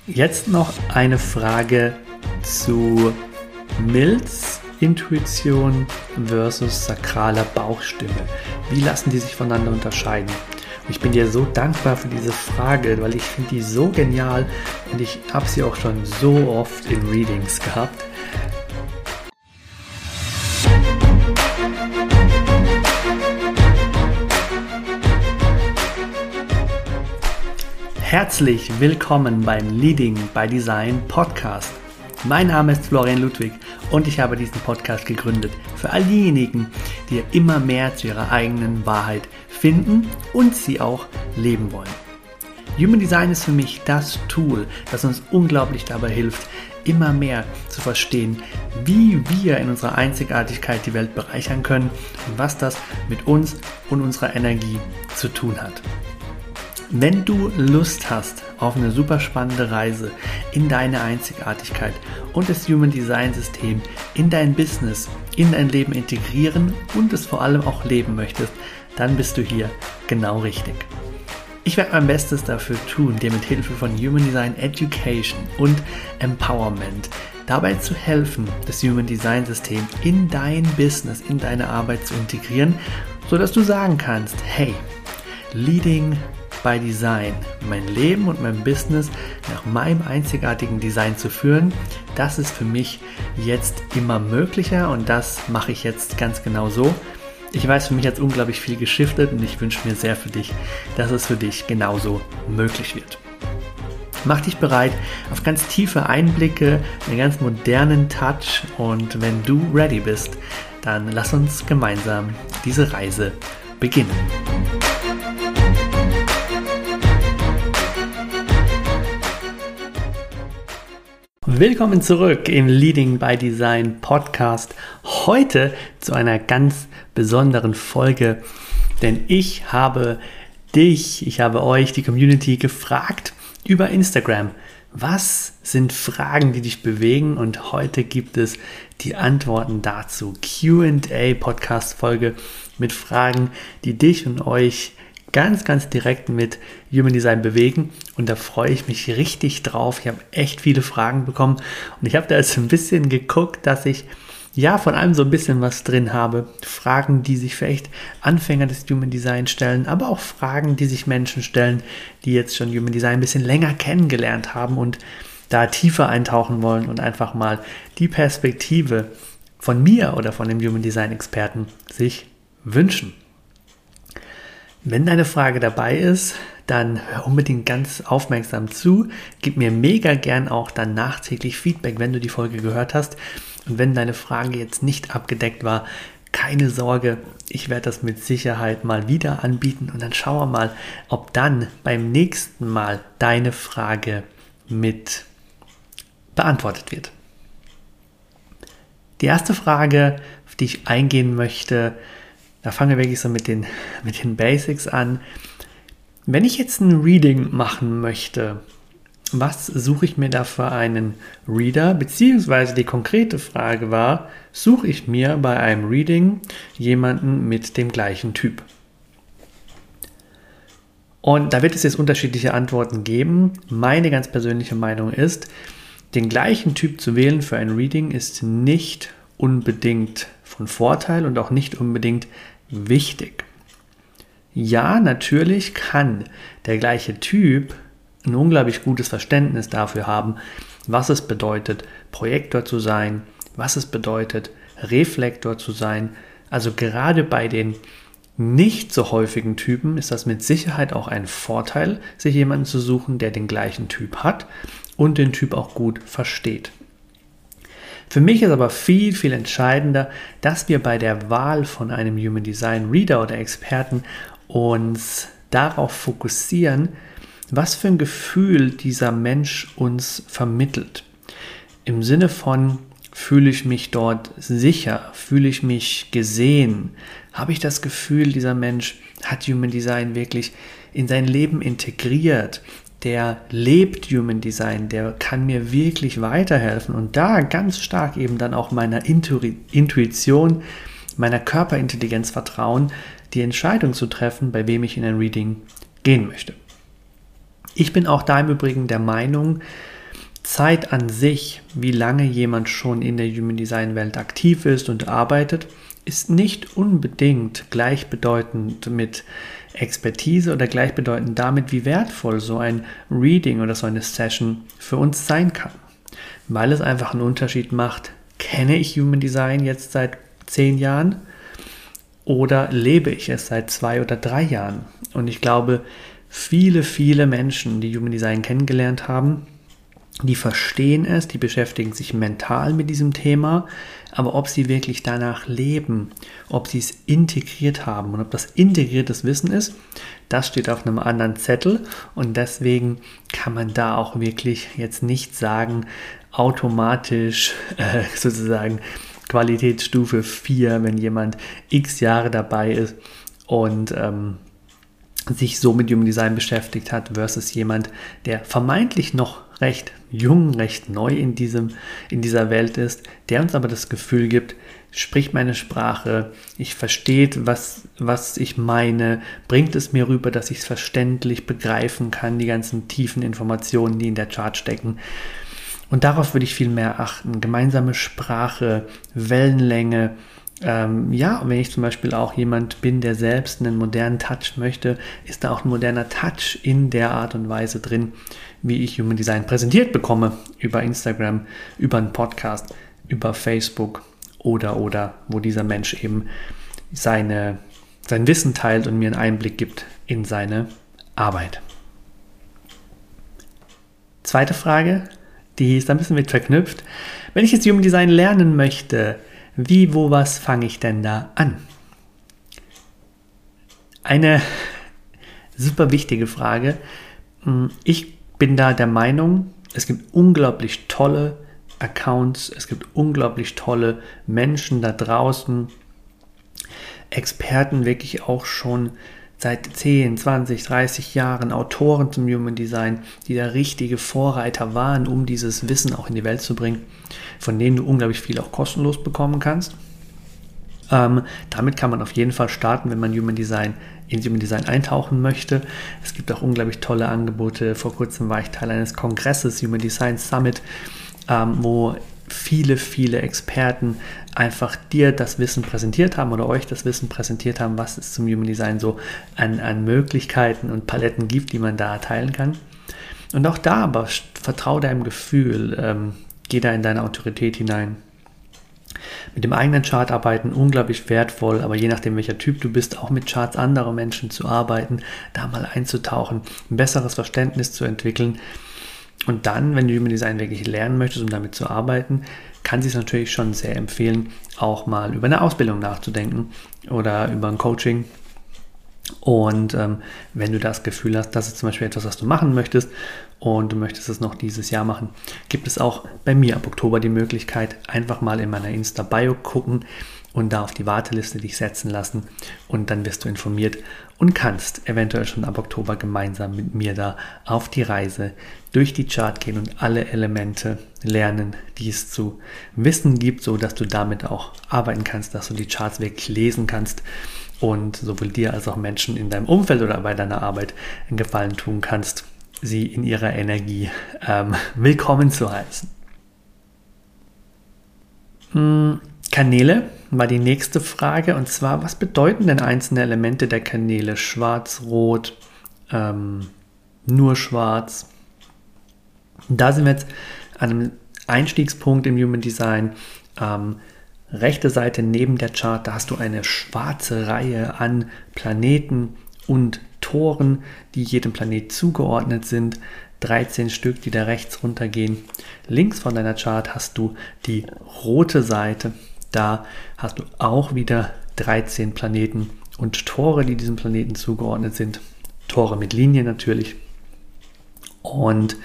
Jetzt noch eine Frage zu Milz, Intuition versus sakraler Bauchstimme. Wie lassen die sich voneinander unterscheiden? Und ich bin dir so dankbar für diese Frage, weil ich finde die so genial und ich habe sie auch schon so oft in Readings gehabt. Herzlich willkommen beim Leading by Design Podcast. Mein Name ist Florian Ludwig und ich habe diesen Podcast gegründet für all diejenigen, die immer mehr zu ihrer eigenen Wahrheit finden und sie auch leben wollen. Human Design ist für mich das Tool, das uns unglaublich dabei hilft, immer mehr zu verstehen, wie wir in unserer Einzigartigkeit die Welt bereichern können und was das mit uns und unserer Energie zu tun hat. Wenn du Lust hast auf eine super spannende Reise in deine Einzigartigkeit und das Human Design System in dein Business, in dein Leben integrieren und es vor allem auch leben möchtest, dann bist du hier genau richtig. Ich werde mein Bestes dafür tun, dir mit Hilfe von Human Design Education und Empowerment dabei zu helfen, das Human Design System in dein Business, in deine Arbeit zu integrieren, sodass du sagen kannst, hey, Leading by Design, mein Leben und mein Business nach meinem einzigartigen Design zu führen, das ist für mich jetzt immer möglicher und das mache ich jetzt ganz genau so. Ich weiß, für mich hat es unglaublich viel geschiftet und ich wünsche mir sehr für dich, dass es für dich genauso möglich wird. Mach dich bereit auf ganz tiefe Einblicke, einen ganz modernen Touch und wenn du ready bist, dann lass uns gemeinsam diese Reise beginnen. Willkommen zurück im Leading by Design Podcast. Heute zu einer ganz besonderen Folge, denn ich habe euch, die Community, gefragt über Instagram. Was sind Fragen, die dich bewegen? Und heute gibt es die Antworten dazu. Q&A Podcast Folge mit Fragen, die dich und euch ganz direkt mit Human Design bewegen und da freue ich mich richtig drauf. Ich habe echt viele Fragen bekommen und ich habe da jetzt ein bisschen geguckt, dass ich von allem so ein bisschen was drin habe. Fragen, die sich vielleicht Anfänger des Human Design stellen, aber auch Fragen, die sich Menschen stellen, die jetzt schon Human Design ein bisschen länger kennengelernt haben und da tiefer eintauchen wollen und einfach mal die Perspektive von mir oder von dem Human Design Experten sich wünschen. Wenn deine Frage dabei ist, dann hör unbedingt ganz aufmerksam zu. Gib mir mega gern auch dann nachträglich Feedback, wenn du die Folge gehört hast. Und wenn deine Frage jetzt nicht abgedeckt war, keine Sorge, ich werde das mit Sicherheit mal wieder anbieten und dann schauen wir mal, ob dann beim nächsten Mal deine Frage mit beantwortet wird. Die erste Frage, auf die ich eingehen möchte, da fangen wir wirklich so mit den Basics an. Wenn ich jetzt ein Reading machen möchte, was suche ich mir da für einen Reader? Beziehungsweise die konkrete Frage war, suche ich mir bei einem Reading jemanden mit dem gleichen Typ? Und da wird es jetzt unterschiedliche Antworten geben. Meine ganz persönliche Meinung ist, den gleichen Typ zu wählen für ein Reading ist nicht unbedingt von Vorteil und auch nicht unbedingt wichtig. Ja, natürlich kann der gleiche Typ ein unglaublich gutes Verständnis dafür haben, was es bedeutet, Projektor zu sein, was es bedeutet, Reflektor zu sein. Also gerade bei den nicht so häufigen Typen ist das mit Sicherheit auch ein Vorteil, sich jemanden zu suchen, der den gleichen Typ hat und den Typ auch gut versteht. Für mich ist aber viel entscheidender, dass wir bei der Wahl von einem Human Design Reader oder Experten uns darauf fokussieren, was für ein Gefühl dieser Mensch uns vermittelt. Im Sinne von, fühle ich mich dort sicher, fühle ich mich gesehen, habe ich das Gefühl, dieser Mensch hat Human Design wirklich in sein Leben integriert, der lebt Human Design, der kann mir wirklich weiterhelfen und da ganz stark eben dann auch meiner Intuition, meiner Körperintelligenz vertrauen, die Entscheidung zu treffen, bei wem ich in ein Reading gehen möchte. Ich bin auch da im Übrigen der Meinung, Zeit an sich, wie lange jemand schon in der Human Design Welt aktiv ist und arbeitet, ist nicht unbedingt gleichbedeutend mit Expertise oder gleichbedeutend damit, wie wertvoll so ein Reading oder so eine Session für uns sein kann. Weil es einfach einen Unterschied macht, kenne ich Human Design jetzt seit 10 Jahren oder lebe ich es seit 2 oder 3 Jahren? Und ich glaube, viele Menschen, die Human Design kennengelernt haben, die verstehen es, die beschäftigen sich mental mit diesem Thema, aber ob sie wirklich danach leben, ob sie es integriert haben und ob das integriertes Wissen ist, das steht auf einem anderen Zettel und deswegen kann man da auch wirklich jetzt nicht sagen, automatisch sozusagen Qualitätsstufe 4, wenn jemand x Jahre dabei ist und sich so mit Human Design beschäftigt hat versus jemand, der vermeintlich noch recht jung, recht neu in dieser Welt ist, der uns aber das Gefühl gibt, spricht meine Sprache, ich verstehe, was ich meine, bringt es mir rüber, dass ich es verständlich begreifen kann, die ganzen tiefen Informationen, die in der Chart stecken. Und darauf würde ich viel mehr achten. Gemeinsame Sprache, Wellenlänge. Wenn ich zum Beispiel auch jemand bin, der selbst einen modernen Touch möchte, ist da auch ein moderner Touch in der Art und Weise drin, wie ich Human Design präsentiert bekomme, über Instagram, über einen Podcast, über Facebook oder wo dieser Mensch eben sein Wissen teilt und mir einen Einblick gibt in seine Arbeit. Zweite Frage, die ist ein bisschen mit verknüpft. Wenn ich jetzt Human Design lernen möchte, wie, wo, was fange ich denn da an? Eine super wichtige Frage. Ich bin da der Meinung, es gibt unglaublich tolle Accounts, es gibt unglaublich tolle Menschen da draußen, Experten wirklich auch schon seit 10, 20, 30 Jahren, Autoren zum Human Design, die da richtige Vorreiter waren, um dieses Wissen auch in die Welt zu bringen, von denen du unglaublich viel auch kostenlos bekommen kannst. Damit kann man auf jeden Fall starten, wenn man in Human Design eintauchen möchte. Es gibt auch unglaublich tolle Angebote. Vor kurzem war ich Teil eines Kongresses, Human Design Summit, wo viele Experten einfach dir das Wissen präsentiert haben oder euch das Wissen präsentiert haben, was es zum Human Design so an Möglichkeiten und Paletten gibt, die man da teilen kann. Und auch da aber vertraue deinem Gefühl, geh da in deine Autorität hinein. Mit dem eigenen Chart arbeiten, unglaublich wertvoll, aber je nachdem, welcher Typ du bist, auch mit Charts anderer Menschen zu arbeiten, da mal einzutauchen, ein besseres Verständnis zu entwickeln. Und dann, wenn du Human Design wirklich lernen möchtest, um damit zu arbeiten, kann es sich natürlich schon sehr empfehlen, auch mal über eine Ausbildung nachzudenken oder über ein Coaching. Und wenn du das Gefühl hast, das ist zum Beispiel etwas, was du machen möchtest und du möchtest es noch dieses Jahr machen, gibt es auch bei mir ab Oktober die Möglichkeit, einfach mal in meiner Insta-Bio gucken und da auf die Warteliste dich setzen lassen und dann wirst du informiert und kannst eventuell schon ab Oktober gemeinsam mit mir da auf die Reise durch die Chart gehen und alle Elemente lernen, die es zu wissen gibt, so dass du damit auch arbeiten kannst, dass du die Charts wirklich lesen kannst und sowohl dir als auch Menschen in deinem Umfeld oder bei deiner Arbeit einen Gefallen tun kannst, sie in ihrer Energie willkommen zu heißen. Kanäle war die nächste Frage, und zwar, was bedeuten denn einzelne Elemente der Kanäle? Schwarz, Rot, nur Schwarz. Da sind wir jetzt an einem Einstiegspunkt im Human Design. Rechte Seite neben der Chart, da hast du eine schwarze Reihe an Planeten und Toren, die jedem Planet zugeordnet sind. 13 Stück, die da rechts runtergehen. Links von deiner Chart hast du die rote Seite. Da hast du auch wieder 13 Planeten und Tore, die diesem Planeten zugeordnet sind. Tore mit Linien natürlich. Und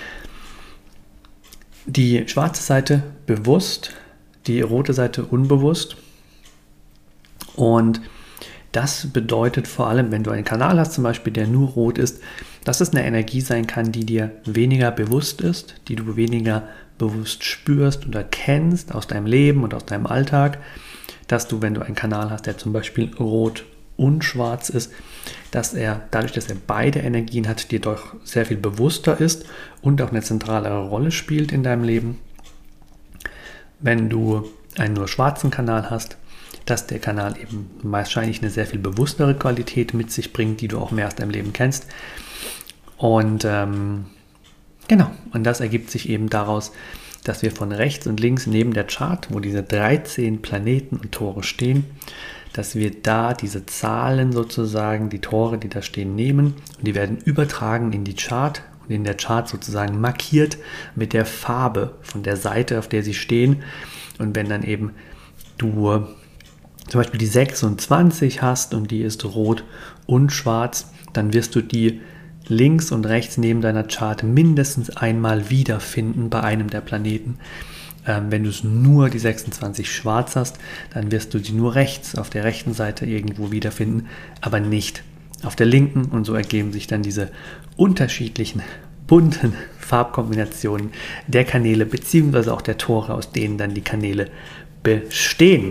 die schwarze Seite bewusst, die rote Seite unbewusst. Und das bedeutet vor allem, wenn du einen Kanal hast, zum Beispiel, der nur rot ist, dass es eine Energie sein kann, die dir weniger bewusst ist, die du weniger bewusst spürst oder kennst aus deinem Leben und aus deinem Alltag, dass du, wenn du einen Kanal hast, der zum Beispiel rot und schwarz ist, dass er dadurch, dass er beide Energien hat, dir doch sehr viel bewusster ist und auch eine zentralere Rolle spielt in deinem Leben. Wenn du einen nur schwarzen Kanal hast, dass der Kanal eben wahrscheinlich eine sehr viel bewusstere Qualität mit sich bringt, die du auch mehr aus deinem Leben kennst. Und genau, und das ergibt sich eben daraus, dass wir von rechts und links neben der Chart, wo diese 13 Planeten und Tore stehen, dass wir da diese Zahlen sozusagen, die Tore, die da stehen, nehmen und die werden übertragen in die Chart und in der Chart sozusagen markiert mit der Farbe von der Seite, auf der sie stehen. Und wenn dann eben du zum Beispiel die 26 hast und die ist rot und schwarz, dann wirst du die links und rechts neben deiner Chart mindestens einmal wiederfinden bei einem der Planeten. Wenn du es nur die 26 schwarz hast, dann wirst du sie nur rechts auf der rechten Seite irgendwo wiederfinden, aber nicht auf der linken. Und so ergeben sich dann diese unterschiedlichen bunten Farbkombinationen der Kanäle beziehungsweise auch der Tore, aus denen dann die Kanäle bestehen.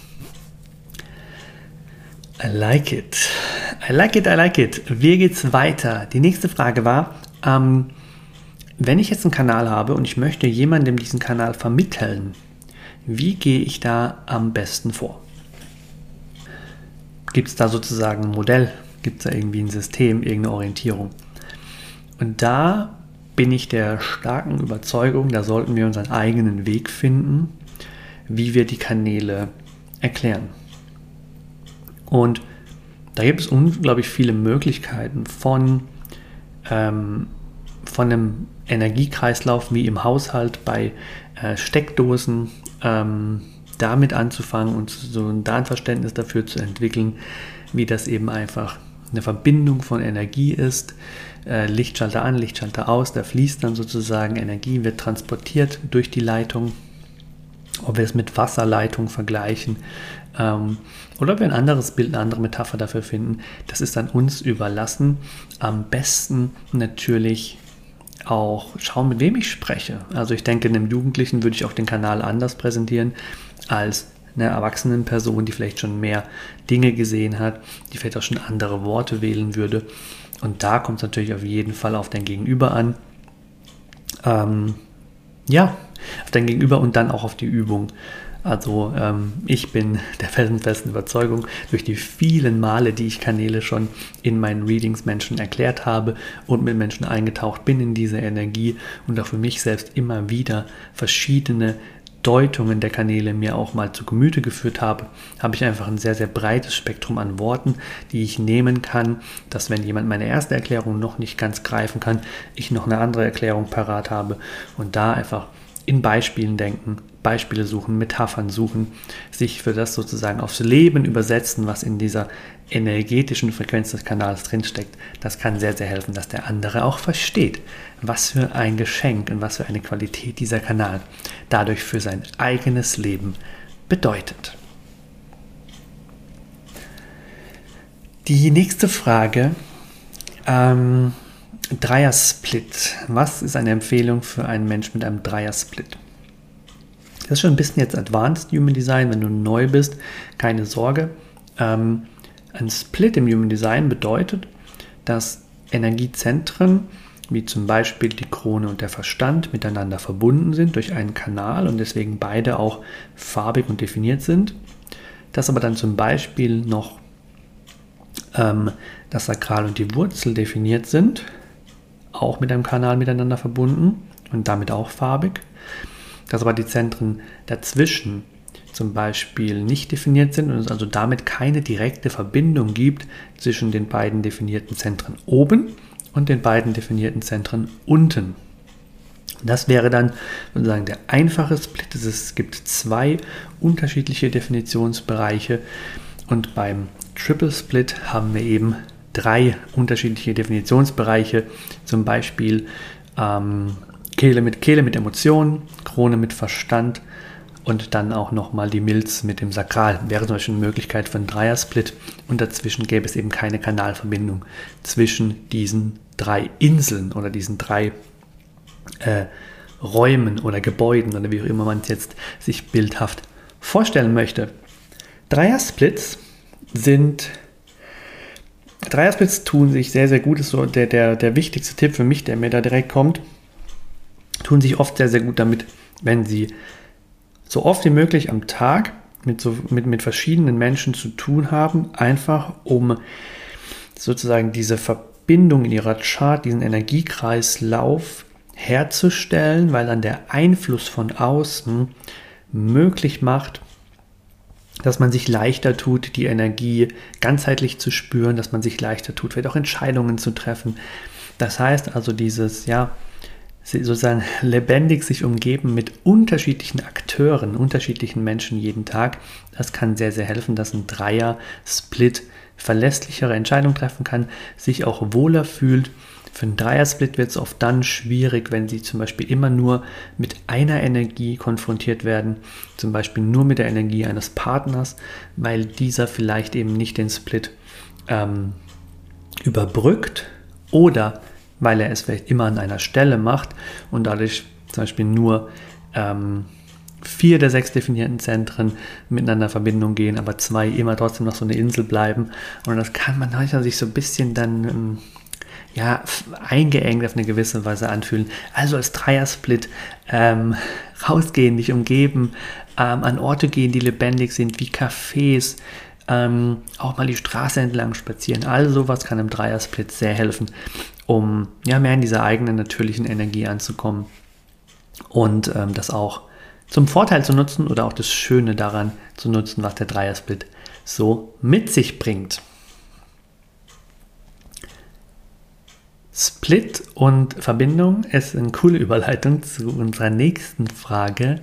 I like it. I like it, I like it. Wie geht's weiter? Die nächste Frage war, wenn ich jetzt einen Kanal habe und ich möchte jemandem diesen Kanal vermitteln, wie gehe ich da am besten vor? Gibt es da sozusagen ein Modell? Gibt es da irgendwie ein System, irgendeine Orientierung? Und da bin ich der starken Überzeugung, da sollten wir unseren eigenen Weg finden, wie wir die Kanäle erklären. Und da gibt es unglaublich viele Möglichkeiten von einem Energiekreislauf wie im Haushalt bei Steckdosen damit anzufangen und so da ein Verständnis dafür zu entwickeln, wie das eben einfach eine Verbindung von Energie ist. Lichtschalter an, Lichtschalter aus, da fließt dann sozusagen Energie, wird transportiert durch die Leitung. Ob wir es mit Wasserleitung vergleichen oder ob wir ein anderes Bild, eine andere Metapher dafür finden, das ist an uns überlassen. Am besten natürlich auch schauen, mit wem ich spreche. Also ich denke, einem Jugendlichen würde ich auch den Kanal anders präsentieren als einer erwachsenen Person, die vielleicht schon mehr Dinge gesehen hat, die vielleicht auch schon andere Worte wählen würde. Und da kommt es natürlich auf jeden Fall auf dein Gegenüber an. Auf dein Gegenüber und dann auch auf die Übung. Also ich bin der felsenfesten Überzeugung, durch die vielen Male, die ich Kanäle schon in meinen Readings Menschen erklärt habe und mit Menschen eingetaucht bin in diese Energie und auch für mich selbst immer wieder verschiedene Deutungen der Kanäle mir auch mal zu Gemüte geführt habe, habe ich einfach ein sehr, sehr breites Spektrum an Worten, die ich nehmen kann, dass wenn jemand meine erste Erklärung noch nicht ganz greifen kann, ich noch eine andere Erklärung parat habe und da einfach in Beispielen denken, Beispiele suchen, Metaphern suchen, sich für das sozusagen aufs Leben übersetzen, was in dieser energetischen Frequenz des Kanals drinsteckt. Das kann sehr, sehr helfen, dass der andere auch versteht, was für ein Geschenk und was für eine Qualität dieser Kanal dadurch für sein eigenes Leben bedeutet. Die nächste Frage, Dreiersplit. Was ist eine Empfehlung für einen Menschen mit einem Dreiersplit? Das ist schon ein bisschen jetzt Advanced Human Design, wenn du neu bist, keine Sorge. Ein Split im Human Design bedeutet, dass Energiezentren, wie zum Beispiel die Krone und der Verstand, miteinander verbunden sind durch einen Kanal und deswegen beide auch farbig und definiert sind. Dass aber dann zum Beispiel noch das Sakral und die Wurzel definiert sind, auch mit einem Kanal miteinander verbunden und damit auch farbig. Dass aber die Zentren dazwischen zum Beispiel nicht definiert sind und es also damit keine direkte Verbindung gibt zwischen den beiden definierten Zentren oben und den beiden definierten Zentren unten. Das wäre dann sozusagen der einfache Split. Es gibt zwei unterschiedliche Definitionsbereiche und beim Triple Split haben wir eben drei unterschiedliche Definitionsbereiche, zum Beispiel Kehle mit Emotionen, Krone mit Verstand und dann auch nochmal die Milz mit dem Sakral. Wäre zum Beispiel eine Möglichkeit für einen Dreiersplit und dazwischen gäbe es eben keine Kanalverbindung zwischen diesen drei Inseln oder diesen drei Räumen oder Gebäuden oder wie auch immer man es jetzt sich bildhaft vorstellen möchte. Dreiersplits sind Dreiersplits tun sich sehr, sehr gut, ist so der wichtigste Tipp für mich, der mir da direkt kommt, tun sich oft sehr, sehr gut damit, wenn sie so oft wie möglich am Tag mit verschiedenen Menschen zu tun haben, einfach um sozusagen diese Verbindung in ihrer Chart, diesen Energiekreislauf herzustellen, weil dann der Einfluss von außen möglich macht, dass man sich leichter tut, die Energie ganzheitlich zu spüren, dass man sich leichter tut, vielleicht auch Entscheidungen zu treffen. Das heißt also dieses, sozusagen lebendig sich umgeben mit unterschiedlichen Akteuren, unterschiedlichen Menschen jeden Tag. Das kann sehr, sehr helfen, dass ein Dreier-Split verlässlichere Entscheidungen treffen kann, sich auch wohler fühlt. Für einen Dreier-Split wird es oft dann schwierig, wenn sie zum Beispiel immer nur mit einer Energie konfrontiert werden, zum Beispiel nur mit der Energie eines Partners, weil dieser vielleicht eben nicht den Split überbrückt oder weil er es vielleicht immer an einer Stelle macht und dadurch zum Beispiel nur 4 der 6 definierten Zentren miteinander in Verbindung gehen, aber 2 immer trotzdem noch so eine Insel bleiben. Und das kann man manchmal sich so ein bisschen dann eingeengt auf eine gewisse Weise anfühlen. Also als Dreier-Split rausgehen, dich umgeben, an Orte gehen, die lebendig sind, wie Cafés, auch mal die Straße entlang spazieren. All sowas kann im Dreier-Split sehr helfen, um mehr in dieser eigenen natürlichen Energie anzukommen und das auch zum Vorteil zu nutzen oder auch das Schöne daran zu nutzen, was der Dreier-Split so mit sich bringt. Split und Verbindung ist eine coole Überleitung zu unserer nächsten Frage.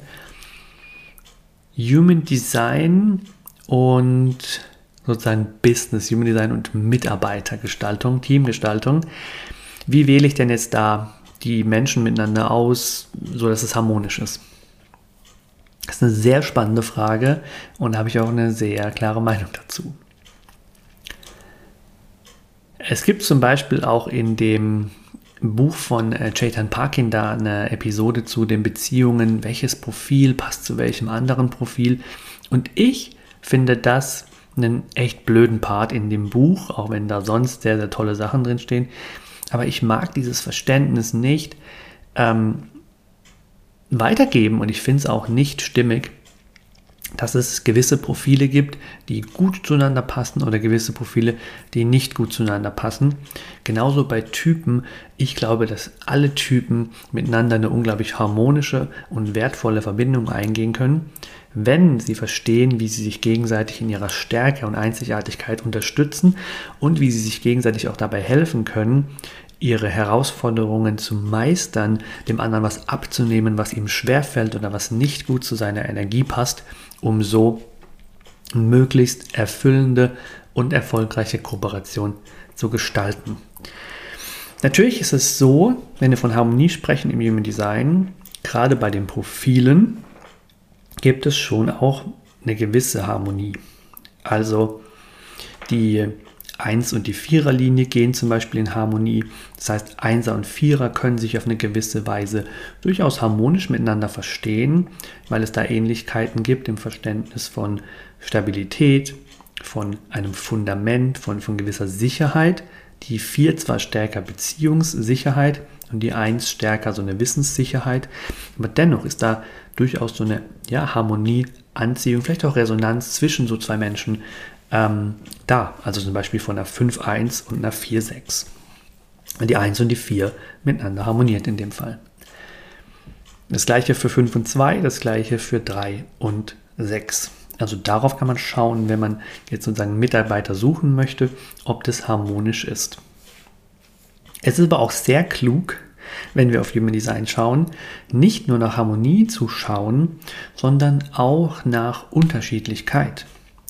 Human Design und sozusagen Business, Human Design und Mitarbeitergestaltung, Teamgestaltung. Wie wähle ich denn jetzt da die Menschen miteinander aus, sodass es harmonisch ist? Das ist eine sehr spannende Frage und da habe ich auch eine sehr klare Meinung dazu. Es gibt zum Beispiel auch in dem Buch von Chetan Parkin da eine Episode zu den Beziehungen, welches Profil passt zu welchem anderen Profil. Und ich finde das einen echt blöden Part in dem Buch, auch wenn da sonst sehr, sehr tolle Sachen drin stehen. Aber ich mag dieses Verständnis nicht weitergeben und ich finde es auch nicht stimmig, dass es gewisse Profile gibt, die gut zueinander passen oder gewisse Profile, die nicht gut zueinander passen. Genauso bei Typen. Ich glaube, dass alle Typen miteinander eine unglaublich harmonische und wertvolle Verbindung eingehen können, wenn sie verstehen, wie sie sich gegenseitig in ihrer Stärke und Einzigartigkeit unterstützen und wie sie sich gegenseitig auch dabei helfen können, ihre Herausforderungen zu meistern, dem anderen was abzunehmen, was ihm schwerfällt oder was nicht gut zu seiner Energie passt, um so möglichst erfüllende und erfolgreiche Kooperation zu gestalten. Natürlich ist es so, wenn wir von Harmonie sprechen im Human Design, gerade bei den Profilen, gibt es schon auch eine gewisse Harmonie. Also die 1 und die 4er-Linie gehen zum Beispiel in Harmonie. Das heißt, 1er und 4er können sich auf eine gewisse Weise durchaus harmonisch miteinander verstehen, weil es da Ähnlichkeiten gibt im Verständnis von Stabilität, von einem Fundament, von gewisser Sicherheit. Die 4 zwar stärker Beziehungssicherheit und die 1 stärker so eine Wissenssicherheit, aber dennoch ist da durchaus so eine Harmonie, Anziehung, vielleicht auch Resonanz zwischen so zwei Menschen da. Also zum Beispiel von einer 5-1 und einer 4-6. Die 1 und die 4 miteinander harmoniert in dem Fall. Das gleiche für 5 und 2, das gleiche für 3 und 6. Also darauf kann man schauen, wenn man jetzt sozusagen Mitarbeiter suchen möchte, ob das harmonisch ist. Es ist aber auch sehr klug, wenn wir auf Human Design schauen, nicht nur nach Harmonie zu schauen, sondern auch nach Unterschiedlichkeit.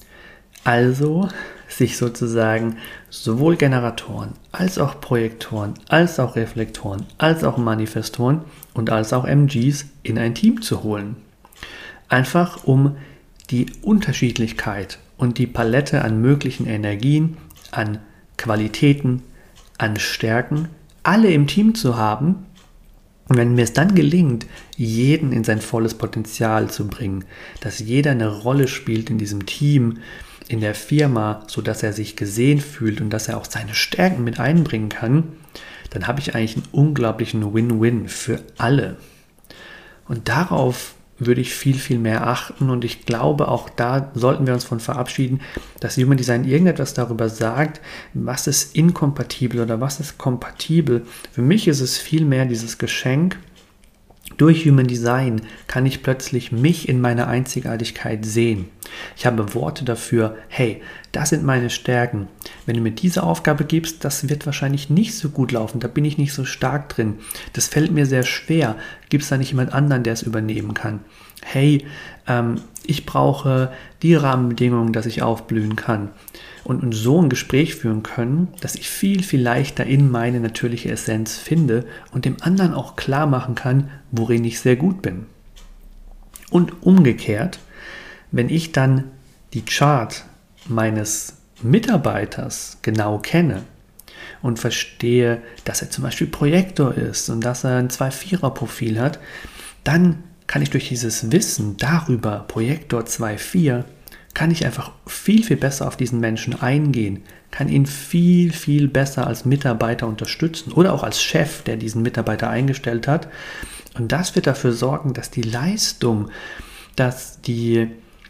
Also sich sozusagen sowohl Generatoren als auch Projektoren, als auch Reflektoren, als auch Manifestoren und als auch MGs in ein Team zu holen. Einfach um die Unterschiedlichkeit und die Palette an möglichen Energien, an Qualitäten, an Stärken, alle im Team zu haben. Und wenn mir es dann gelingt, jeden in sein volles Potenzial zu bringen, dass jeder eine Rolle spielt in diesem Team in der Firma, sodass er sich gesehen fühlt und dass er auch seine Stärken mit einbringen kann, dann habe ich eigentlich einen unglaublichen Win-Win für alle. Und darauf würde ich viel, viel mehr achten und ich glaube, auch da sollten wir uns von verabschieden, dass Human Design irgendetwas darüber sagt, was ist inkompatibel oder was ist kompatibel. Für mich ist es vielmehr dieses Geschenk, durch Human Design kann ich plötzlich mich in meiner Einzigartigkeit sehen. Ich habe Worte dafür, hey, das sind meine Stärken. Wenn du mir diese Aufgabe gibst, das wird wahrscheinlich nicht so gut laufen, da bin ich nicht so stark drin. Das fällt mir sehr schwer. Gibt es da nicht jemand anderen, der es übernehmen kann? Hey, ich brauche die Rahmenbedingungen, dass ich aufblühen kann. Und so ein Gespräch führen können, dass ich viel, viel leichter in meine natürliche Essenz finde und dem anderen auch klar machen kann, worin ich sehr gut bin. Und umgekehrt, wenn ich dann die Chart meines Mitarbeiters genau kenne und verstehe, dass er zum Beispiel Projektor ist und dass er ein 2-4er-Profil hat, dann kann ich durch dieses Wissen darüber, Projektor 2-4, kann ich einfach viel, viel besser auf diesen Menschen eingehen, kann ihn viel, viel besser als Mitarbeiter unterstützen oder auch als Chef, der diesen Mitarbeiter eingestellt hat. Und das wird dafür sorgen, dass die Leistung, dass die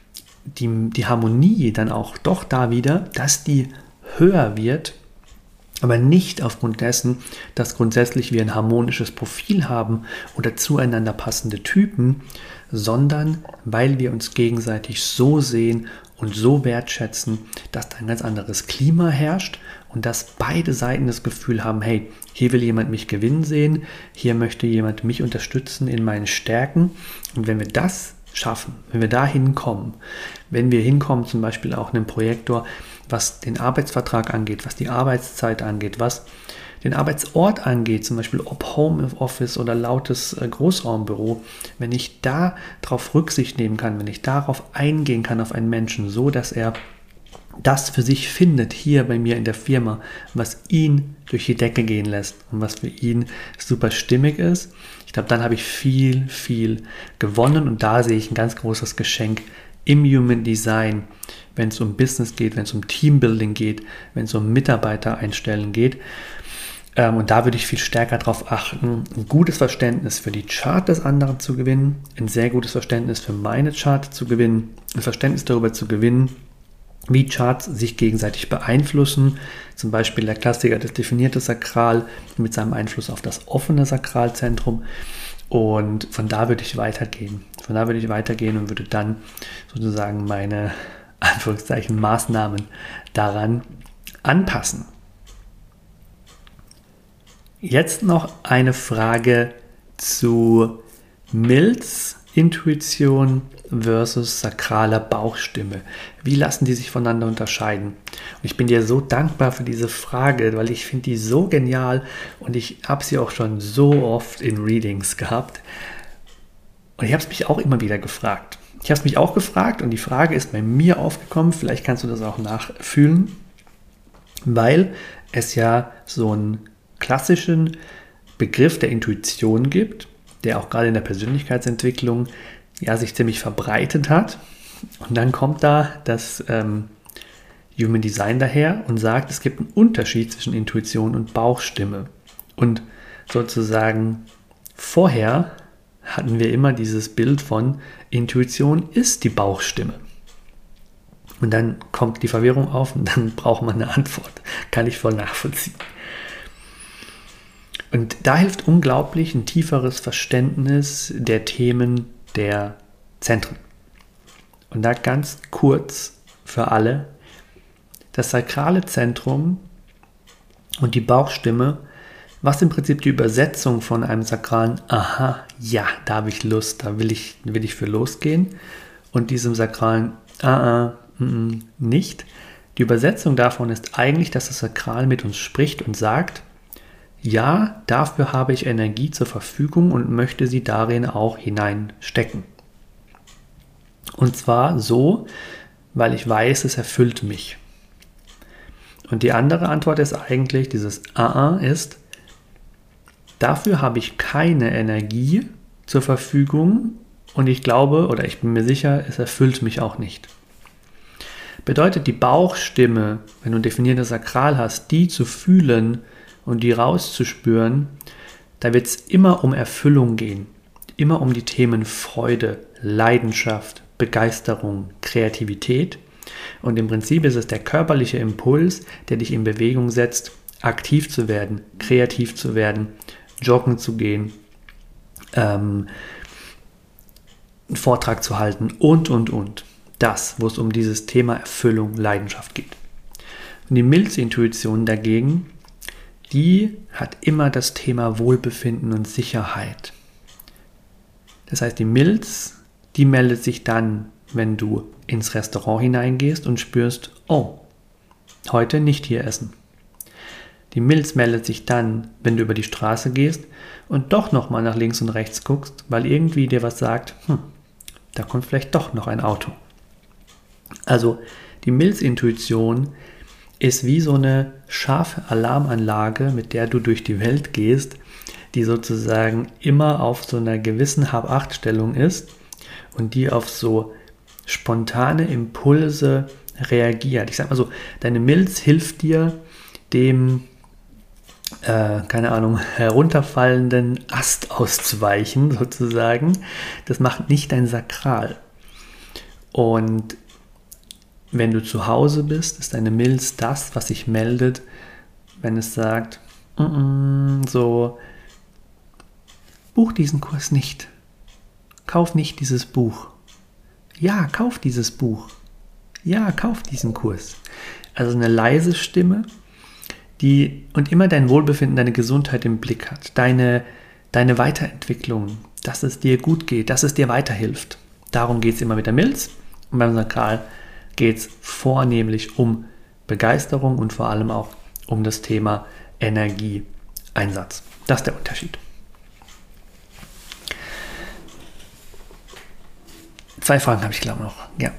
Harmonie dann auch doch da wieder, dass die höher wird, aber nicht aufgrund dessen, dass grundsätzlich wir ein harmonisches Profil haben oder zueinander passende Typen, sondern weil wir uns gegenseitig so sehen und so wertschätzen, dass da ein ganz anderes Klima herrscht und dass beide Seiten das Gefühl haben, hey, hier will jemand mich gewinnen sehen, hier möchte jemand mich unterstützen in meinen Stärken. Und wenn wir das schaffen, wenn wir da hinkommen, wenn wir hinkommen zum Beispiel auch einem Projektor, was den Arbeitsvertrag angeht, was die Arbeitszeit angeht, was den Arbeitsort angeht, zum Beispiel ob Homeoffice oder lautes Großraumbüro, wenn ich da darauf Rücksicht nehmen kann, wenn ich darauf eingehen kann auf einen Menschen, so dass er das für sich findet, hier bei mir in der Firma, was ihn durch die Decke gehen lässt und was für ihn super stimmig ist, ich glaube, dann habe ich viel, viel gewonnen und da sehe ich ein ganz großes Geschenk im Human Design, wenn es um Business geht, wenn es um Teambuilding geht, wenn es um Mitarbeiter einstellen geht. Und da würde ich viel stärker darauf achten, ein gutes Verständnis für die Chart des anderen zu gewinnen, ein sehr gutes Verständnis für meine Chart zu gewinnen, ein Verständnis darüber zu gewinnen, wie Charts sich gegenseitig beeinflussen. Zum Beispiel der Klassiker, das definierte Sakral mit seinem Einfluss auf das offene Sakralzentrum. Und von da würde ich weitergehen. Von da würde ich weitergehen und würde dann sozusagen meine, Anführungszeichen, Maßnahmen daran anpassen. Jetzt noch eine Frage zu Milz, Intuition versus sakraler Bauchstimme. Wie lassen die sich voneinander unterscheiden? Und ich bin dir so dankbar für diese Frage, weil ich finde die so genial und ich habe sie auch schon so oft in Readings gehabt. Und ich habe es mich auch immer wieder gefragt. Ich habe es mich auch gefragt und die Frage ist bei mir aufgekommen, vielleicht kannst du das auch nachfühlen, weil es ja so einen klassischen Begriff der Intuition gibt, der auch gerade in der Persönlichkeitsentwicklung ja sich ziemlich verbreitet hat. Und dann kommt da das Human Design daher und sagt, es gibt einen Unterschied zwischen Intuition und Bauchstimme. Und sozusagen vorher hatten wir immer dieses Bild von Intuition ist die Bauchstimme. Und dann kommt die Verwirrung auf und dann braucht man eine Antwort. Kann ich voll nachvollziehen. Und da hilft unglaublich ein tieferes Verständnis der Themen der Zentren. Und da ganz kurz für alle, das sakrale Zentrum und die Bauchstimme, was im Prinzip die Übersetzung von einem sakralen Aha, ja, da habe ich Lust, da will ich für losgehen, und diesem sakralen nicht. Die Übersetzung davon ist eigentlich, dass das Sakral mit uns spricht und sagt, ja, dafür habe ich Energie zur Verfügung und möchte sie darin auch hineinstecken. Und zwar so, weil ich weiß, es erfüllt mich. Und die andere Antwort ist eigentlich, dieses ist, dafür habe ich keine Energie zur Verfügung und ich glaube oder ich bin mir sicher, es erfüllt mich auch nicht. Bedeutet die Bauchstimme, wenn du ein definiertes Sakral hast, die zu fühlen und die rauszuspüren, da wird es immer um Erfüllung gehen. Immer um die Themen Freude, Leidenschaft, Begeisterung, Kreativität. Und im Prinzip ist es der körperliche Impuls, der dich in Bewegung setzt, aktiv zu werden, kreativ zu werden, joggen zu gehen, einen Vortrag zu halten und. Das, wo es um dieses Thema Erfüllung, Leidenschaft geht. Und die Milzintuition dagegen, die hat immer das Thema Wohlbefinden und Sicherheit. Das heißt, die Milz, die meldet sich dann, wenn du ins Restaurant hineingehst und spürst, oh, heute nicht hier essen. Die Milz meldet sich dann, wenn du über die Straße gehst und doch nochmal nach links und rechts guckst, weil irgendwie dir was sagt, da kommt vielleicht doch noch ein Auto. Also die Milzintuition ist wie so eine scharfe Alarmanlage, mit der du durch die Welt gehst, die sozusagen immer auf so einer gewissen Hab-Acht-Stellung ist und die auf so spontane Impulse reagiert. Ich sag mal so, deine Milz hilft dir, dem herunterfallenden Ast auszuweichen, sozusagen. Das macht nicht dein Sakral. Und wenn du zu Hause bist, ist deine Milz das, was sich meldet, wenn es sagt, so, buch diesen Kurs nicht. Kauf nicht dieses Buch. Ja, kauf dieses Buch. Ja, kauf diesen Kurs. Also eine leise Stimme, die und immer dein Wohlbefinden, deine Gesundheit im Blick hat, deine Weiterentwicklung, dass es dir gut geht, dass es dir weiterhilft. Darum geht es immer mit der Milz. Und beim Sakral geht es vornehmlich um Begeisterung und vor allem auch um das Thema Energieeinsatz. Das ist der Unterschied. 2 Fragen habe ich, glaube ich, noch. Ja.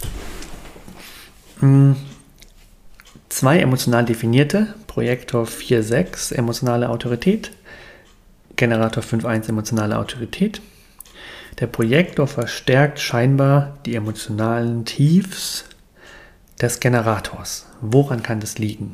2 emotional definierte, Projektor 4.6, emotionale Autorität, Generator 5.1, emotionale Autorität. Der Projektor verstärkt scheinbar die emotionalen Tiefs des Generators. Woran kann das liegen?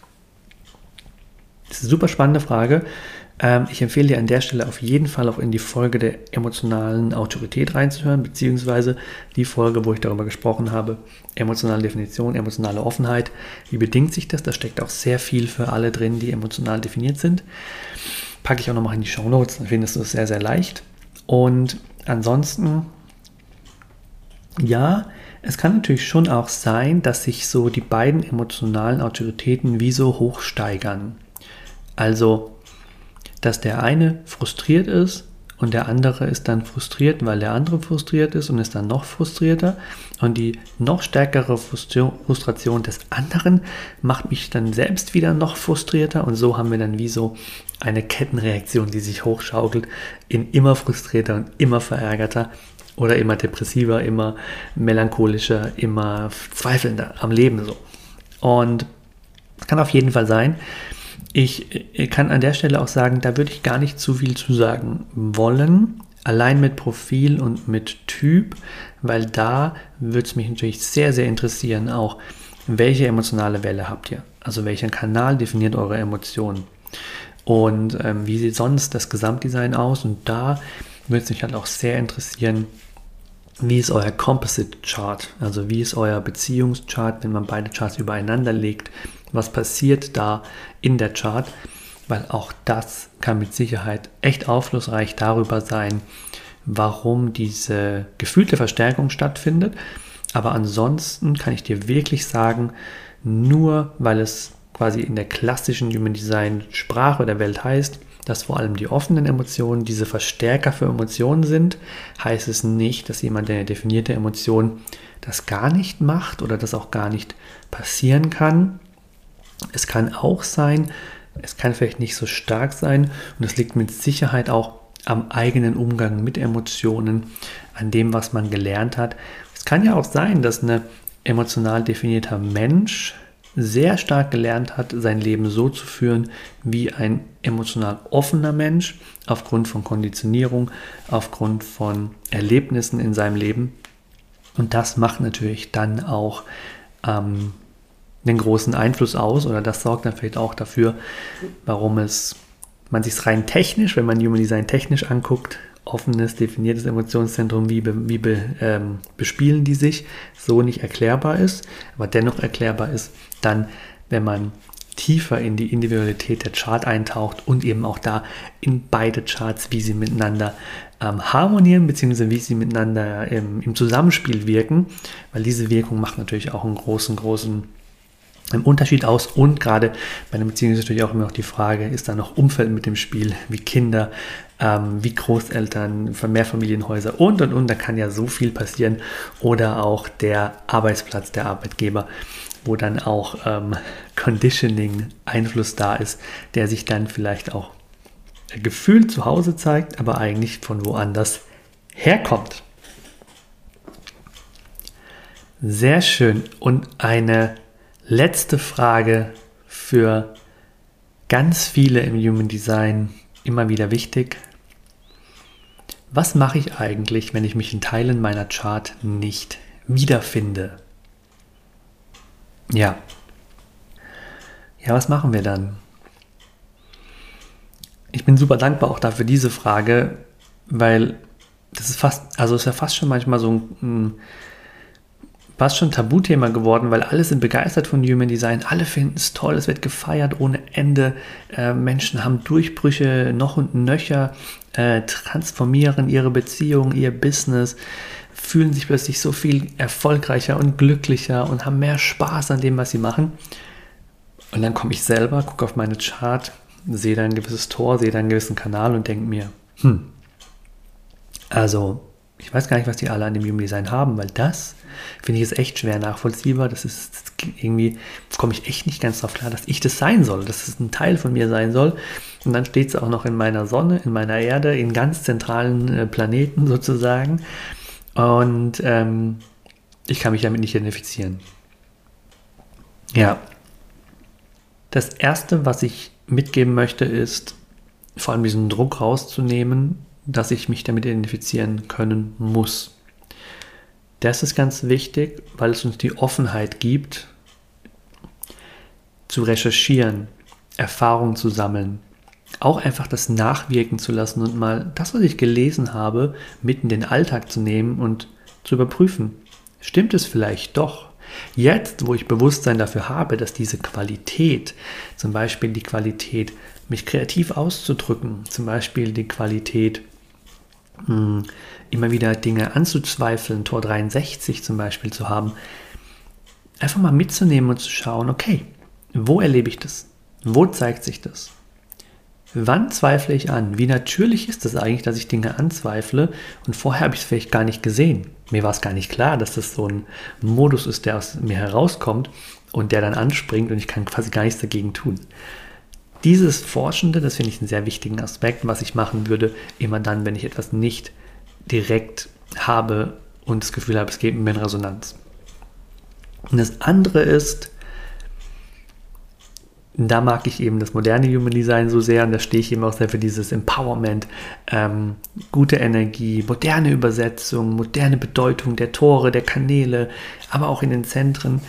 Das ist eine super spannende Frage. Ich empfehle dir an der Stelle auf jeden Fall auch in die Folge der emotionalen Autorität reinzuhören, beziehungsweise die Folge, wo ich darüber gesprochen habe, emotionale Definition, emotionale Offenheit. Wie bedingt sich das? Da steckt auch sehr viel für alle drin, die emotional definiert sind. Packe ich auch nochmal in die Shownotes, dann findest du es sehr, sehr leicht. Und ansonsten, ja, es kann natürlich schon auch sein, dass sich so die beiden emotionalen Autoritäten wie so hochsteigern. Also, dass der eine frustriert ist und der andere ist dann frustriert, weil der andere frustriert ist und ist dann noch frustrierter. Und die noch stärkere Frustration des anderen macht mich dann selbst wieder noch frustrierter. Und so haben wir dann wie so eine Kettenreaktion, die sich hochschaukelt in immer frustrierter und immer verärgerter oder immer depressiver, immer melancholischer, immer zweifelnder am Leben so. Und es kann auf jeden Fall sein. Ich kann an der Stelle auch sagen, da würde ich gar nicht zu viel zu sagen wollen, allein mit Profil und mit Typ, weil da würde es mich natürlich sehr, sehr interessieren auch, welche emotionale Welle habt ihr? Also welcher Kanal definiert eure Emotionen? Und wie sieht sonst das Gesamtdesign aus? Und da würde es mich halt auch sehr interessieren, wie ist euer Composite Chart? Also wie ist euer Beziehungschart, wenn man beide Charts übereinander legt? Was passiert da in der Chart? Weil auch das kann mit Sicherheit echt aufschlussreich darüber sein, warum diese gefühlte Verstärkung stattfindet. Aber ansonsten kann ich dir wirklich sagen, nur weil es quasi in der klassischen Human Design Sprache der Welt heißt, dass vor allem die offenen Emotionen diese Verstärker für Emotionen sind, heißt es nicht, dass jemand, der eine definierte Emotion das gar nicht macht oder das auch gar nicht passieren kann. Es kann auch sein, es kann vielleicht nicht so stark sein und es liegt mit Sicherheit auch am eigenen Umgang mit Emotionen, an dem, was man gelernt hat. Es kann ja auch sein, dass ein emotional definierter Mensch sehr stark gelernt hat, sein Leben so zu führen wie ein emotional offener Mensch, aufgrund von Konditionierung, aufgrund von Erlebnissen in seinem Leben. Und das macht natürlich dann auch einen großen Einfluss aus, oder das sorgt dann vielleicht auch dafür, warum man sich rein technisch, wenn man Human Design technisch anguckt, offenes, definiertes Emotionszentrum, wie bespielen die sich, so nicht erklärbar ist, aber dennoch erklärbar ist, dann, wenn man tiefer in die Individualität der Chart eintaucht und eben auch da in beide Charts, wie sie miteinander harmonieren, beziehungsweise wie sie miteinander im Zusammenspiel wirken, weil diese Wirkung macht natürlich auch einen großen Unterschied aus, und gerade bei einer Beziehung ist natürlich auch immer noch die Frage, ist da noch Umfeld mit dem Spiel, wie Kinder, wie Großeltern, Mehrfamilienhäuser und, da kann ja so viel passieren, oder auch der Arbeitsplatz, der Arbeitgeber, wo dann auch Conditioning Einfluss da ist, der sich dann vielleicht auch gefühlt zu Hause zeigt, aber eigentlich von woanders herkommt. Sehr schön. Und eine letzte Frage für ganz viele im Human Design, immer wieder wichtig. Was mache ich eigentlich, wenn ich mich in Teilen meiner Chart nicht wiederfinde? Ja, was machen wir dann? Ich bin super dankbar auch dafür diese Frage, weil das ist ja fast schon manchmal so ein Tabuthema geworden, weil alle sind begeistert von Human Design, alle finden es toll, es wird gefeiert ohne Ende, Menschen haben Durchbrüche noch und nöcher, transformieren ihre Beziehung, ihr Business, fühlen sich plötzlich so viel erfolgreicher und glücklicher und haben mehr Spaß an dem, was sie machen. Und dann komme ich selber, gucke auf meine Chart, sehe da ein gewisses Tor, sehe da einen gewissen Kanal und denke mir, also ich weiß gar nicht, was die alle an dem Human Design haben, weil das finde ich jetzt echt schwer nachvollziehbar. Irgendwie komme ich echt nicht ganz drauf klar, dass ich das sein soll, dass es ein Teil von mir sein soll. Und dann steht es auch noch in meiner Sonne, in meiner Erde, in ganz zentralen Planeten sozusagen. Und ich kann mich damit nicht identifizieren. Ja. Das Erste, was ich mitgeben möchte, ist, vor allem diesen Druck rauszunehmen, dass ich mich damit identifizieren können muss. Das ist ganz wichtig, weil es uns die Offenheit gibt, zu recherchieren, Erfahrungen zu sammeln, auch einfach das nachwirken zu lassen und mal das, was ich gelesen habe, mit in den Alltag zu nehmen und zu überprüfen. Stimmt es vielleicht doch? Jetzt, wo ich Bewusstsein dafür habe, dass diese Qualität, zum Beispiel die Qualität, mich kreativ auszudrücken, zum Beispiel die Qualität, immer wieder Dinge anzuzweifeln, Tor 63 zum Beispiel zu haben, einfach mal mitzunehmen und zu schauen, okay, wo erlebe ich das? Wo zeigt sich das? Wann zweifle ich an? Wie natürlich ist es eigentlich, dass ich Dinge anzweifle und vorher habe ich es vielleicht gar nicht gesehen. Mir war es gar nicht klar, dass das so ein Modus ist, der aus mir herauskommt und der dann anspringt und ich kann quasi gar nichts dagegen tun. Dieses Forschende, das finde ich einen sehr wichtigen Aspekt, was ich machen würde, immer dann, wenn ich etwas nicht direkt habe und das Gefühl habe, es geht mit mir in Resonanz. Und das andere ist, da mag ich eben das moderne Human Design so sehr und da stehe ich eben auch sehr für dieses Empowerment, gute Energie, moderne Übersetzung, moderne Bedeutung der Tore, der Kanäle, aber auch in den Zentren,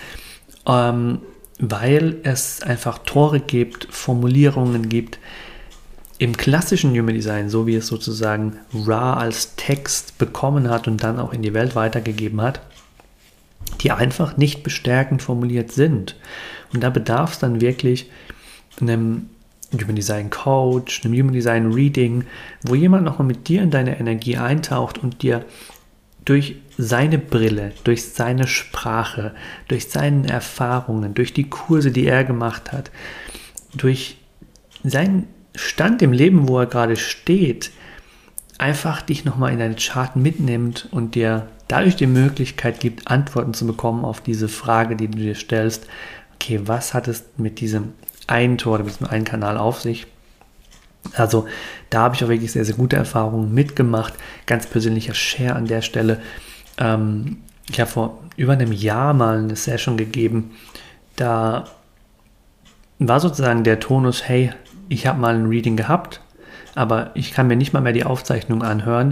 weil es einfach Tore gibt, Formulierungen gibt, im klassischen Human Design, so wie es sozusagen Ra als Text bekommen hat und dann auch in die Welt weitergegeben hat, die einfach nicht bestärkend formuliert sind. Und da bedarf es dann wirklich einem Human Design Coach, einem Human Design Reading, wo jemand nochmal mit dir in deine Energie eintaucht und dir durch seine Brille, durch seine Sprache, durch seine Erfahrungen, durch die Kurse, die er gemacht hat, durch seinen Stand im Leben, wo er gerade steht, einfach dich nochmal in deine Chart mitnimmt und dir dadurch die Möglichkeit gibt, Antworten zu bekommen auf diese Frage, die du dir stellst. Okay, was hat es mit diesem einen Tor, mit diesem einen Kanal auf sich? Also da habe ich auch wirklich sehr, sehr gute Erfahrungen mitgemacht. Ganz persönlicher Share an der Stelle. Ich habe vor über einem Jahr mal eine Session gegeben. Da war sozusagen der Tonus, hey, ich habe mal ein Reading gehabt, aber ich kann mir nicht mal mehr die Aufzeichnung anhören,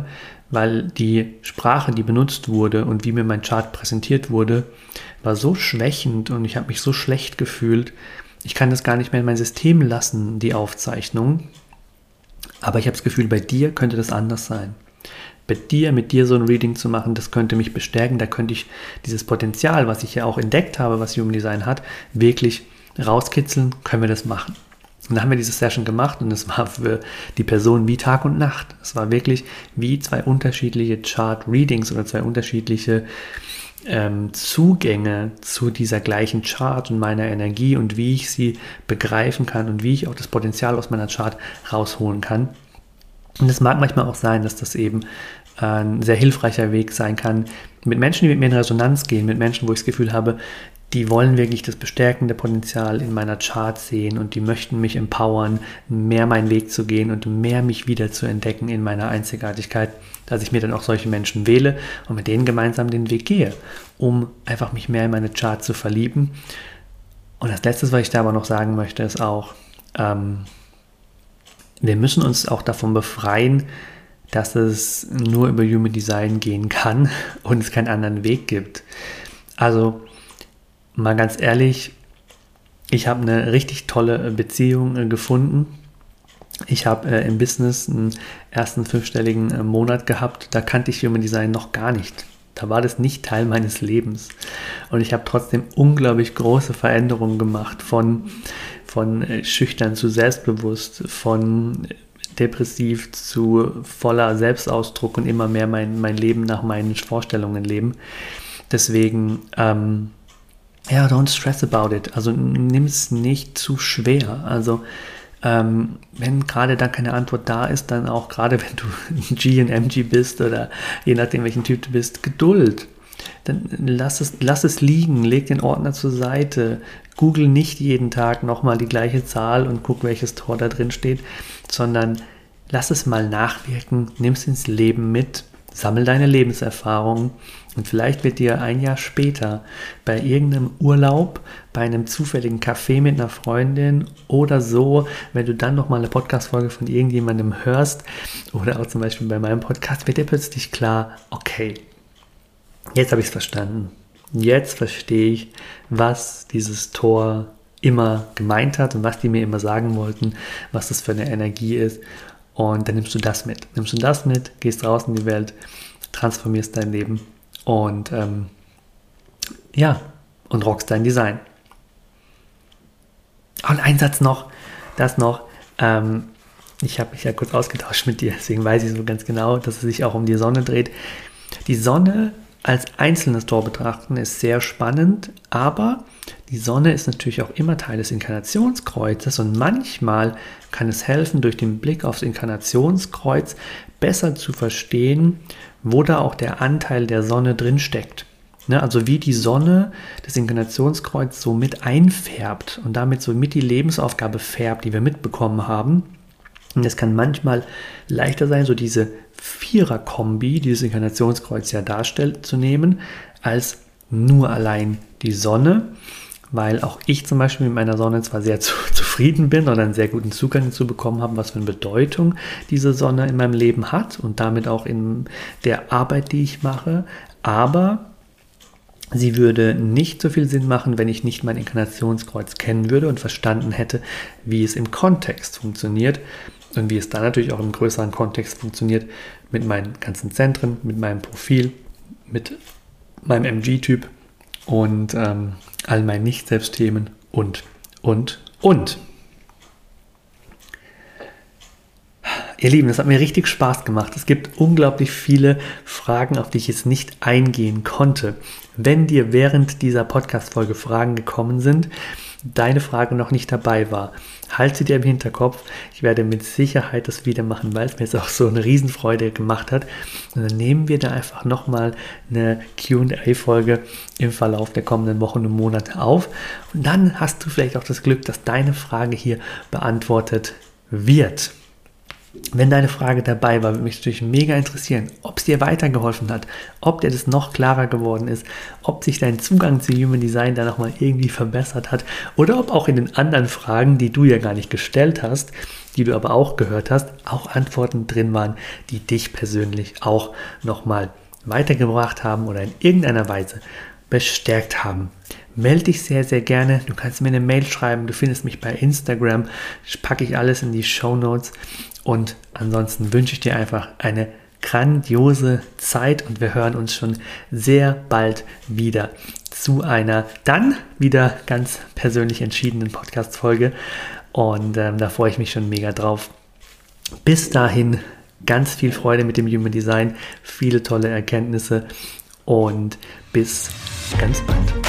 weil die Sprache, die benutzt wurde und wie mir mein Chart präsentiert wurde, war so schwächend und ich habe mich so schlecht gefühlt. Ich kann das gar nicht mehr in mein System lassen, die Aufzeichnung. Aber ich habe das Gefühl, bei dir könnte das anders sein. Mit dir so ein Reading zu machen, das könnte mich bestärken. Da könnte ich dieses Potenzial, was ich ja auch entdeckt habe, was Human Design hat, wirklich rauskitzeln, können wir das machen. Und dann haben wir diese Session gemacht und es war für die Person wie Tag und Nacht. Es war wirklich wie zwei unterschiedliche Chart-Readings oder zwei unterschiedliche Zugänge zu dieser gleichen Chart und meiner Energie und wie ich sie begreifen kann und wie ich auch das Potenzial aus meiner Chart rausholen kann. Und es mag manchmal auch sein, dass das eben ein sehr hilfreicher Weg sein kann, mit Menschen, die mit mir in Resonanz gehen, mit Menschen, wo ich das Gefühl habe, die wollen wirklich das bestärkende Potenzial in meiner Chart sehen und die möchten mich empowern, mehr meinen Weg zu gehen und mehr mich wieder zu entdecken in meiner Einzigartigkeit, dass ich mir dann auch solche Menschen wähle und mit denen gemeinsam den Weg gehe, um einfach mich mehr in meine Chart zu verlieben. Und das Letzte, was ich da aber noch sagen möchte, ist auch, wir müssen uns auch davon befreien, dass es nur über Human Design gehen kann und es keinen anderen Weg gibt. Also mal ganz ehrlich, ich habe eine richtig tolle Beziehung gefunden. Ich habe im Business einen ersten 5-stelligen Monat gehabt, da kannte ich Human Design noch gar nicht. Da war das nicht Teil meines Lebens. Und ich habe trotzdem unglaublich große Veränderungen gemacht, von schüchtern zu selbstbewusst, von depressiv zu voller Selbstausdruck und immer mehr mein Leben nach meinen Vorstellungen leben. Deswegen, don't stress about it. Also nimm es nicht zu schwer. Also wenn gerade da keine Antwort da ist, dann auch gerade wenn du G und MG bist oder je nachdem welchen Typ du bist, Geduld. Dann lass es liegen, leg den Ordner zur Seite, google nicht jeden Tag nochmal die gleiche Zahl und guck, welches Tor da drin steht, sondern lass es mal nachwirken, nimm es ins Leben mit, sammel deine Lebenserfahrung und vielleicht wird dir ein Jahr später bei irgendeinem Urlaub, bei einem zufälligen Café mit einer Freundin oder so, wenn du dann nochmal eine Podcast-Folge von irgendjemandem hörst oder auch zum Beispiel bei meinem Podcast, wird dir plötzlich klar, okay, jetzt habe ich es verstanden. Jetzt verstehe ich, was dieses Tor immer gemeint hat und was die mir immer sagen wollten, was das für eine Energie ist. Und dann nimmst du das mit. Gehst raus in die Welt, transformierst dein Leben und und rockst dein Design. Und ein Satz noch, ich habe mich ja kurz ausgetauscht mit dir, deswegen weiß ich so ganz genau, dass es sich auch um die Sonne dreht. Die Sonne als einzelnes Tor betrachten ist sehr spannend, aber die Sonne ist natürlich auch immer Teil des Inkarnationskreuzes und manchmal kann es helfen, durch den Blick aufs Inkarnationskreuz besser zu verstehen, wo da auch der Anteil der Sonne drin steckt. Ne, also wie die Sonne das Inkarnationskreuz so mit einfärbt und damit so mit die Lebensaufgabe färbt, die wir mitbekommen haben. Und es kann manchmal leichter sein, so diese Vierer-Kombi, die das Inkarnationskreuz ja darstellt, zu nehmen, als nur allein die Sonne, weil auch ich zum Beispiel mit meiner Sonne zwar sehr zufrieden bin oder einen sehr guten Zugang zu bekommen habe, was für eine Bedeutung diese Sonne in meinem Leben hat und damit auch in der Arbeit, die ich mache, aber sie würde nicht so viel Sinn machen, wenn ich nicht mein Inkarnationskreuz kennen würde und verstanden hätte, wie es im Kontext funktioniert und wie es dann natürlich auch im größeren Kontext funktioniert mit meinen ganzen Zentren, mit meinem Profil, mit meinem MG-Typ und all meinen Nicht-Selbst-Themen und. Ihr Lieben, das hat mir richtig Spaß gemacht. Es gibt unglaublich viele Fragen, auf die ich jetzt nicht eingehen konnte. Wenn dir während dieser Podcast-Folge Fragen gekommen sind, deine Frage noch nicht dabei war, halt sie dir im Hinterkopf. Ich werde mit Sicherheit das wieder machen, weil es mir jetzt auch so eine Riesenfreude gemacht hat. Und dann nehmen wir da einfach nochmal eine Q&A-Folge im Verlauf der kommenden Wochen und Monate auf. Und dann hast du vielleicht auch das Glück, dass deine Frage hier beantwortet wird. Wenn deine Frage dabei war, würde mich natürlich mega interessieren, ob es dir weitergeholfen hat, ob dir das noch klarer geworden ist, ob sich dein Zugang zu Human Design da nochmal irgendwie verbessert hat oder ob auch in den anderen Fragen, die du ja gar nicht gestellt hast, die du aber auch gehört hast, auch Antworten drin waren, die dich persönlich auch nochmal weitergebracht haben oder in irgendeiner Weise bestärkt haben. Melde dich sehr, sehr gerne. Du kannst mir eine Mail schreiben. Du findest mich bei Instagram. Das packe ich alles in die Shownotes. Und ansonsten wünsche ich dir einfach eine grandiose Zeit und wir hören uns schon sehr bald wieder zu einer dann wieder ganz persönlich entschiedenen Podcast-Folge. Und da freue ich mich schon mega drauf. Bis dahin ganz viel Freude mit dem Human Design, viele tolle Erkenntnisse und bis ganz bald.